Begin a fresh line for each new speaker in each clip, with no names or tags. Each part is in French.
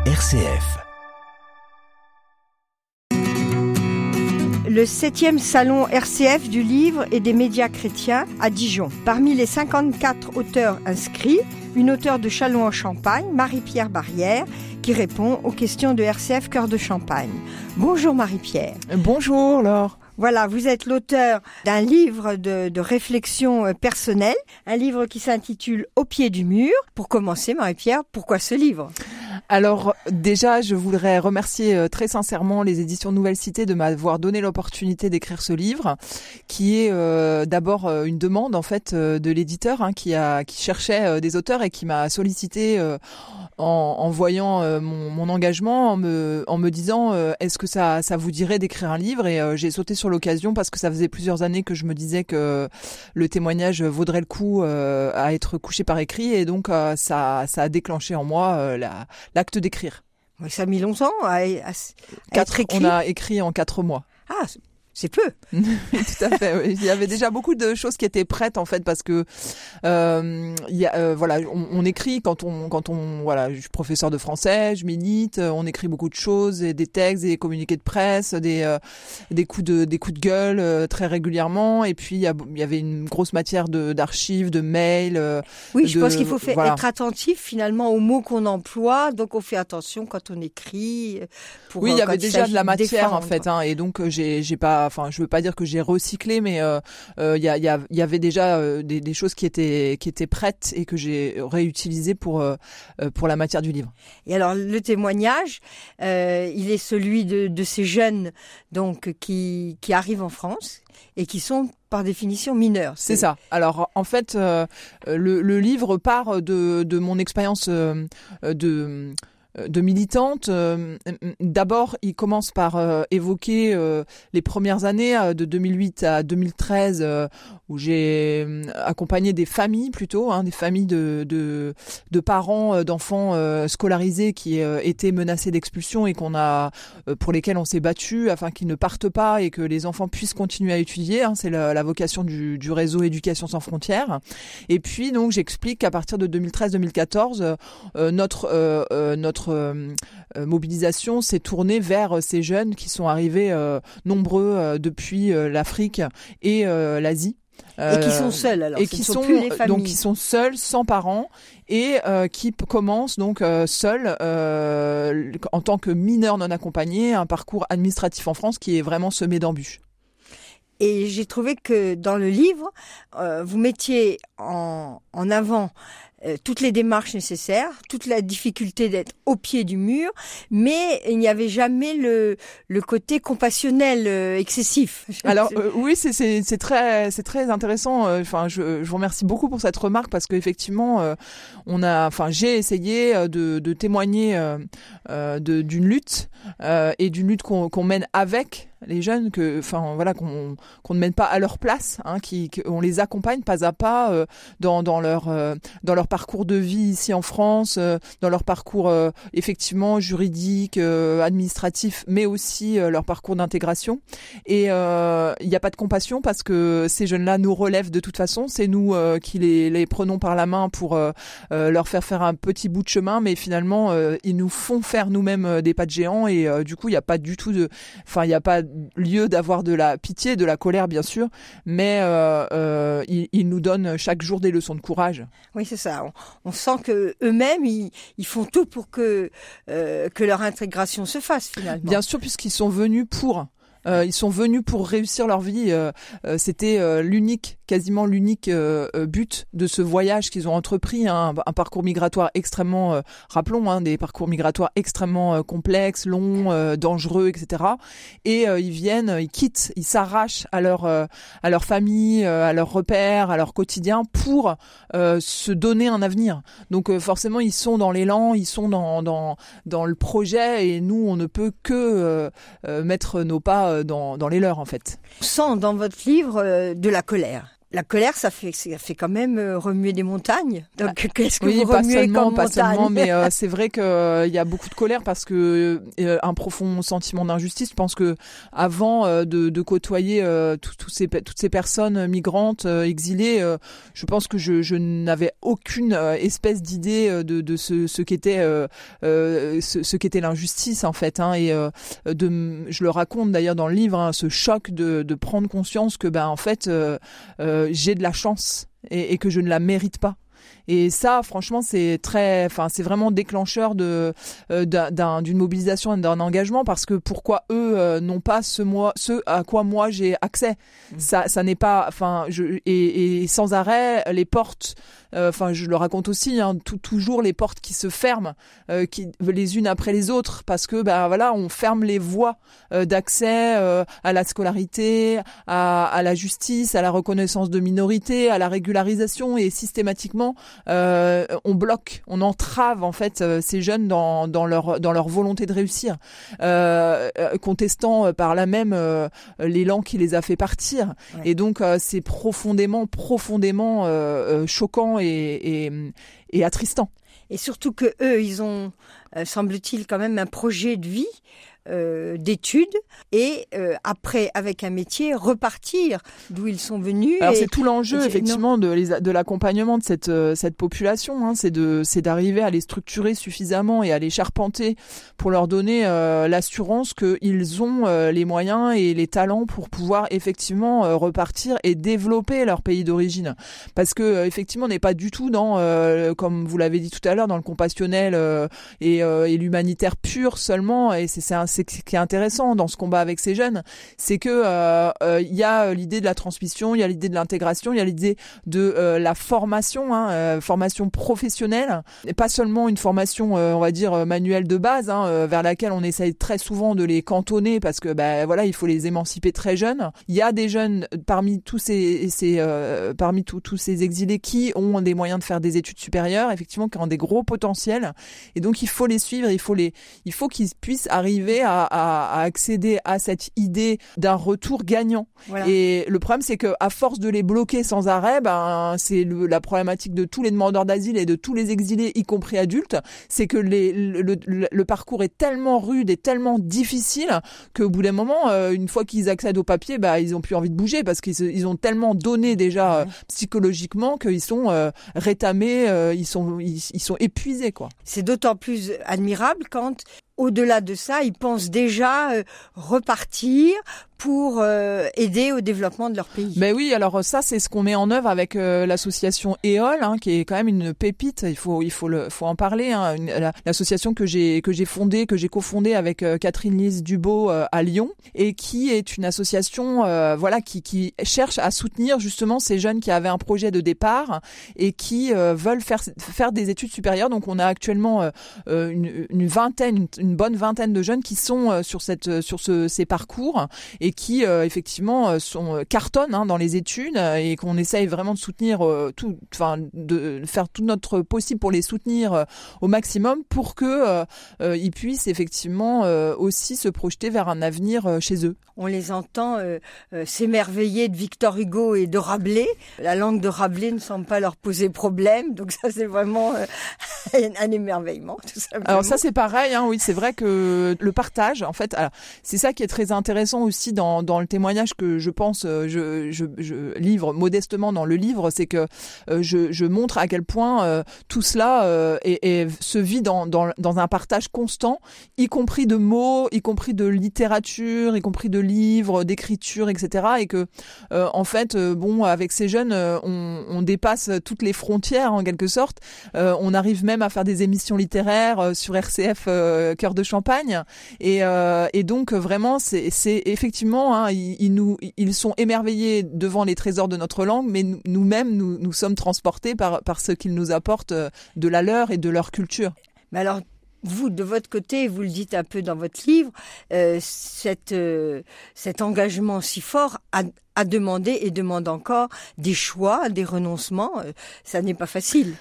RCF.
Le 7e salon RCF du livre et des médias chrétiens à Dijon. Parmi les 54 auteurs inscrits, une auteure de Châlons-en-Champagne, Marie-Pierre Barrière, qui répond aux questions de RCF Cœur de Champagne. Bonjour Marie-Pierre.
Bonjour Laure.
Voilà, vous êtes l'auteur d'un livre de réflexion personnelle, un livre qui s'intitule « Au pied du mur ». Pour commencer, Marie-Pierre, pourquoi ce livre ?
Alors déjà, je voudrais remercier très sincèrement les éditions Nouvelle Cité de m'avoir donné l'opportunité d'écrire ce livre, qui est d'abord une demande en fait de l'éditeur qui cherchait des auteurs et qui m'a sollicité en voyant mon engagement, en me disant est-ce que ça vous dirait d'écrire un livre, et j'ai sauté sur l'occasion parce que ça faisait plusieurs années que je me disais que le témoignage vaudrait le coup à être couché par écrit, et donc ça a déclenché en moi l'acte d'écrire.
Oui, ça a mis longtemps à être écrit.
On a écrit en 4 mois.
Ah, c'est peu.
Tout à fait. Oui. Il y avait déjà beaucoup de choses qui étaient prêtes en fait, parce que on écrit quand on voilà, je suis professeur de français, je milite, on écrit beaucoup de choses, et des textes, des communiqués de presse, des coups de gueule très régulièrement, et puis il y avait une grosse matière d'archives, de mails.
Oui, je pense qu'il faut être attentif finalement aux mots qu'on emploie, donc on fait attention quand on écrit.
Oui, il y avait déjà de la matière en fait, et donc j'ai pas. Enfin, je veux pas dire que j'ai recyclé, mais il y avait déjà des choses qui étaient prêtes et que j'ai réutilisées pour la matière du livre.
Et alors le témoignage, il est celui de ces jeunes donc qui arrivent en France et qui sont par définition mineurs.
C'est ça. Alors en fait, le livre part de mon expérience de militante. D'abord, il commence par évoquer les premières années de 2008 à 2013 où j'ai accompagné des familles plutôt, des familles de parents d'enfants scolarisés qui étaient menacés d'expulsion et pour lesquels on s'est battu afin qu'ils ne partent pas et que les enfants puissent continuer à étudier. C'est la vocation du réseau Éducation sans frontières. Et puis donc j'explique qu'à partir de 2013-2014, notre mobilisation s'est tournée vers ces jeunes qui sont arrivés nombreux depuis l'Afrique et l'Asie.
Et qui sont seuls alors.
Et qui sont plus les familles. Donc qui sont seuls, sans parents, et qui commencent donc seuls en tant que mineurs non accompagnés un parcours administratif en France qui est vraiment semé d'embûches.
Et j'ai trouvé que dans le livre, vous mettiez en avant toutes les démarches nécessaires, toute la difficulté d'être au pied du mur, mais il n'y avait jamais le côté compassionnel excessif.
Alors oui, c'est très intéressant. Enfin, je vous remercie beaucoup pour cette remarque, parce qu'effectivement, j'ai essayé de témoigner d'une lutte et d'une lutte qu'on mène avec les jeunes, qu'on ne mène pas à leur place, qu'on les accompagne pas à pas dans leur parcours de vie ici en France, dans leur parcours effectivement juridique, administratif, mais aussi leur parcours d'intégration. Et il n'y a pas de compassion, parce que ces jeunes-là nous relèvent de toute façon. C'est nous qui les prenons par la main pour leur faire un petit bout de chemin, mais finalement ils nous font faire nous-mêmes des pas de géant, et du coup il n'y a pas du tout il n'y a pas lieu d'avoir de la pitié, de la colère bien sûr, mais ils nous donnent chaque jour des leçons de courage.
Oui, c'est ça. On sent que eux-mêmes ils font tout pour que leur intégration se fasse finalement.
Bien sûr, puisqu'ils sont venus pour. Ils sont venus pour réussir leur vie. C'était quasiment l'unique but de ce voyage qu'ils ont entrepris, un parcours migratoire extrêmement, rappelons, des parcours migratoires extrêmement complexes, longs, dangereux, etc. Et ils quittent, ils s'arrachent à leur famille, à leurs repères, à leur quotidien pour se donner un avenir. Donc forcément, ils sont dans l'élan, ils sont dans le projet, et nous, on ne peut que mettre nos pas dans les leurs en fait.
On sent dans votre livre de la colère. La colère, ça fait quand même remuer des montagnes. Donc, qu'est-ce que
oui,
vous remuez comme
pas
montagne?
seulement, mais c'est vrai que il y a beaucoup de colère parce que un profond sentiment d'injustice. Je pense que avant de côtoyer toutes ces personnes migrantes, exilées, je pense que je n'avais aucune espèce d'idée de ce qu'était ce qu'était l'injustice en fait. Hein, et je le raconte d'ailleurs dans le livre, hein, ce choc de prendre conscience que en fait j'ai de la chance et que je ne la mérite pas. Et ça, franchement, c'est vraiment déclencheur d'une mobilisation et d'un engagement, parce que pourquoi eux n'ont pas ce à quoi moi j'ai accès. Ça n'est pas, et sans arrêt les portes. Je le raconte aussi, hein, toujours les portes qui se ferment, les unes après les autres, parce que on ferme les voies d'accès à la scolarité, à la justice, à la reconnaissance de minorités, à la régularisation, et systématiquement on bloque, on entrave en fait ces jeunes dans leur volonté de réussir, contestant par là même l'élan qui les a fait partir. Ouais. Et donc c'est profondément choquant et attristant.
Et surtout que eux, ils ont, semble-t-il, quand même un projet de vie, d'études, et après, avec un métier, repartir d'où ils sont venus.
Alors c'est tout l'enjeu effectivement de l'accompagnement de cette population, hein, c'est d'arriver à les structurer suffisamment et à les charpenter pour leur donner l'assurance qu'ils ont les moyens et les talents pour pouvoir effectivement repartir et développer leur pays d'origine. Parce que effectivement, on n'est pas du tout dans, comme vous l'avez dit tout à l'heure, dans le compassionnel et l'humanitaire pur seulement. Et c'est ce qui est intéressant dans ce combat avec ces jeunes, c'est que y a l'idée de la transmission, il y a l'idée de l'intégration, il y a l'idée de la formation, formation professionnelle, et pas seulement une formation, on va dire manuelle de base, vers laquelle on essaye très souvent de les cantonner parce que il faut les émanciper très jeunes. Il y a des jeunes parmi tous tous ces exilés qui ont des moyens de faire des études supérieures, effectivement, qui ont des gros potentiels, et donc il faut les suivre, il faut qu'ils puissent arriver à accéder à cette idée d'un retour gagnant. Voilà. Et le problème, c'est que à force de les bloquer sans arrêt, c'est la problématique de tous les demandeurs d'asile et de tous les exilés, y compris adultes, c'est que le parcours est tellement rude et tellement difficile qu'au bout d'un moment, une fois qu'ils accèdent au papier, ils ont plus envie de bouger parce qu'ils ont tellement donné déjà psychologiquement qu'ils sont rétamés, ils sont épuisés, quoi.
C'est d'autant plus admirable quand, au-delà de ça, ils pensent déjà repartir pour aider au développement de leur pays.
Ben oui, alors ça, c'est ce qu'on met en œuvre avec l'association EOL, qui est quand même une pépite. Il faut en parler. L'association que j'ai fondée, que j'ai cofondée avec Catherine Lise Dubo à Lyon, et qui est une association, qui cherche à soutenir justement ces jeunes qui avaient un projet de départ et qui veulent faire des études supérieures. Donc, on a actuellement une bonne vingtaine de jeunes qui sont sur ces parcours et qui effectivement cartonnent dans les études, et qu'on essaye vraiment de soutenir de faire tout notre possible pour les soutenir au maximum pour que ils puissent effectivement aussi se projeter vers un avenir chez eux.
On les entend s'émerveiller de Victor Hugo et de Rabelais. La langue de Rabelais ne semble pas leur poser problème, donc ça c'est vraiment un émerveillement, tout simplement.
Alors ça c'est pareil, oui, c'est vrai que le partage, en fait, alors, c'est ça qui est très intéressant aussi dans le témoignage que je pense, je livre modestement dans le livre, c'est que je montre à quel point tout cela se vit dans un partage constant, y compris de mots, y compris de littérature, y compris de livres, d'écriture, etc. Et que en fait, avec ces jeunes, on dépasse toutes les frontières en quelque sorte. On arrive même à faire des émissions littéraires sur RCF Cœur de Champagne, et donc vraiment c'est effectivement ils sont émerveillés devant les trésors de notre langue, mais nous-mêmes nous sommes transportés par ce qu'ils nous apportent de la leur et de leur culture.
Mais alors, vous, de votre côté, vous le dites un peu dans votre livre, cet engagement si fort a demandé et demande encore des choix, des renoncements. Ça n'est pas facile.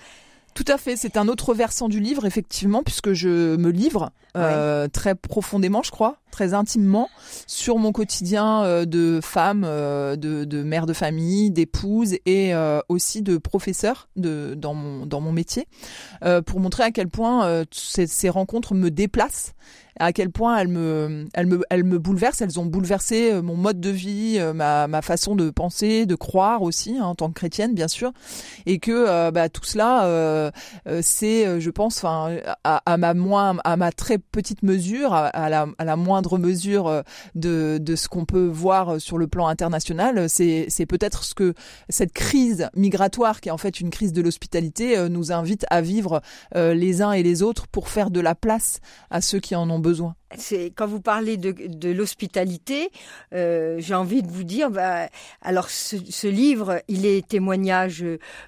Tout à fait, c'est un autre versant du livre, effectivement, puisque je me livre très profondément, je crois, très intimement, sur mon quotidien de femme, de mère de famille, d'épouse et aussi de professeur dans mon métier, pour montrer à quel point ces rencontres me déplacent, à quel point elles me bouleversent. Elles ont bouleversé mon mode de vie, ma façon de penser, de croire aussi, hein, en tant que chrétienne, bien sûr, et que tout cela, c'est, je pense, enfin, à ma très petite mesure, à la moindre mesure de ce qu'on peut voir sur le plan international, c'est peut-être ce que cette crise migratoire, qui est en fait une crise de l'hospitalité, nous invite à vivre les uns et les autres pour faire de la place à ceux qui en ont besoin.
C'est quand vous parlez de l'hospitalité, j'ai envie de vous dire, alors ce livre, il est témoignage,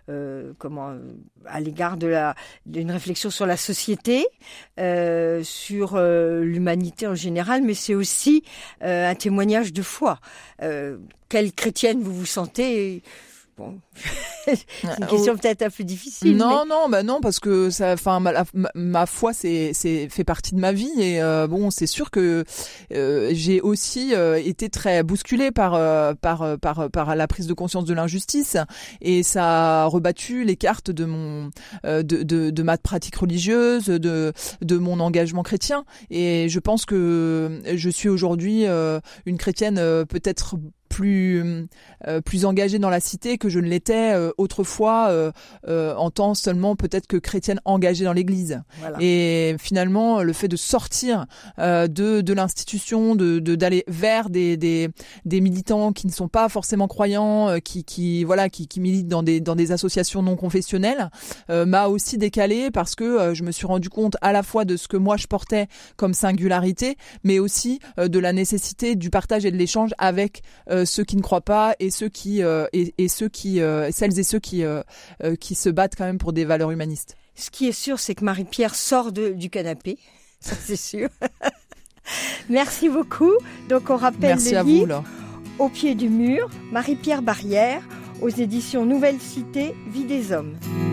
à l'égard d'une réflexion sur la société, sur l'humanité en général, mais c'est aussi un témoignage de foi. Quelle chrétienne vous vous sentez? Bon, c'est une question peut-être un peu difficile.
Non, parce que ça, enfin, ma foi, c'est fait partie de ma vie et c'est sûr que j'ai aussi été très bousculée par la prise de conscience de l'injustice et ça a rebattu les cartes de ma pratique religieuse, de mon engagement chrétien et je pense que je suis aujourd'hui une chrétienne peut-être plus engagée dans la cité que je ne l'étais autrefois en tant seulement peut-être que chrétienne engagée dans l'église. Voilà. Et finalement le fait de sortir de l'institution, d'aller vers des militants qui ne sont pas forcément croyants, qui militent dans des associations non confessionnelles, m'a aussi décalée parce que je me suis rendu compte à la fois de ce que moi je portais comme singularité, mais aussi de la nécessité du partage et de l'échange avec ceux qui ne croient pas et celles et ceux qui se battent quand même pour des valeurs humanistes.
Ce qui est sûr, c'est que Marie-Pierre sort du canapé, ça c'est sûr. Merci beaucoup. Donc on rappelle le livre Au pied du mur, Marie-Pierre Barrière, aux éditions Nouvelle Cité, Vie des Hommes.